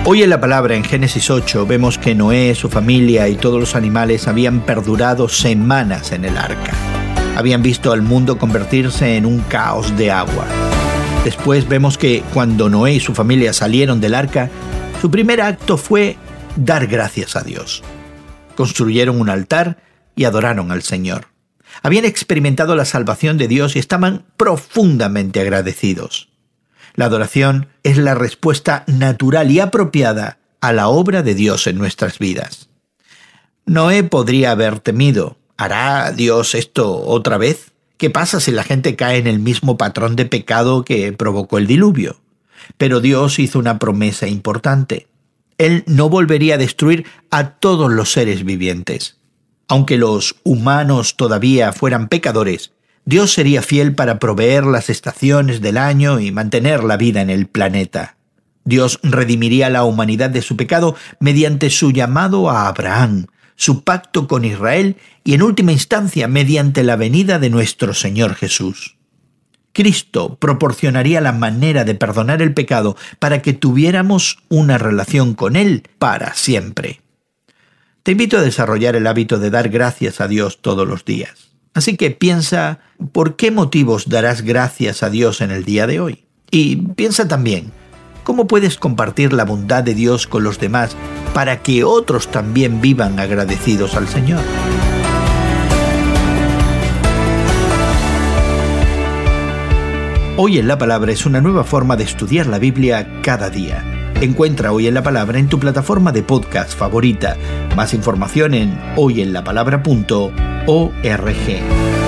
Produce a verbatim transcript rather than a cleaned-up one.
Hoy en la palabra, en Génesis ocho, vemos que Noé, su familia y todos los animales habían perdurado semanas en el arca. Habían visto al mundo convertirse en un caos de agua. Después vemos que cuando Noé y su familia salieron del arca, su primer acto fue dar gracias a Dios. Construyeron un altar y adoraron al Señor. Habían experimentado la salvación de Dios y estaban profundamente agradecidos. La adoración es la respuesta natural y apropiada a la obra de Dios en nuestras vidas. Noé podría haber temido: ¿hará Dios esto otra vez? ¿Qué pasa si la gente cae en el mismo patrón de pecado que provocó el diluvio? Pero Dios hizo una promesa importante. Él no volvería a destruir a todos los seres vivientes. Aunque los humanos todavía fueran pecadores, Dios sería fiel para proveer las estaciones del año y mantener la vida en el planeta. Dios redimiría a la humanidad de su pecado mediante su llamado a Abraham, su pacto con Israel y, en última instancia, mediante la venida de nuestro Señor Jesús. Cristo proporcionaría la manera de perdonar el pecado para que tuviéramos una relación con Él para siempre. Te invito a desarrollar el hábito de dar gracias a Dios todos los días. Así que piensa, ¿por qué motivos darás gracias a Dios en el día de hoy? Y piensa también, ¿cómo puedes compartir la bondad de Dios con los demás para que otros también vivan agradecidos al Señor? Hoy en la Palabra es una nueva forma de estudiar la Biblia cada día. Encuentra Hoy en la Palabra en tu plataforma de podcast favorita. Más información en hoy en la palabra punto org.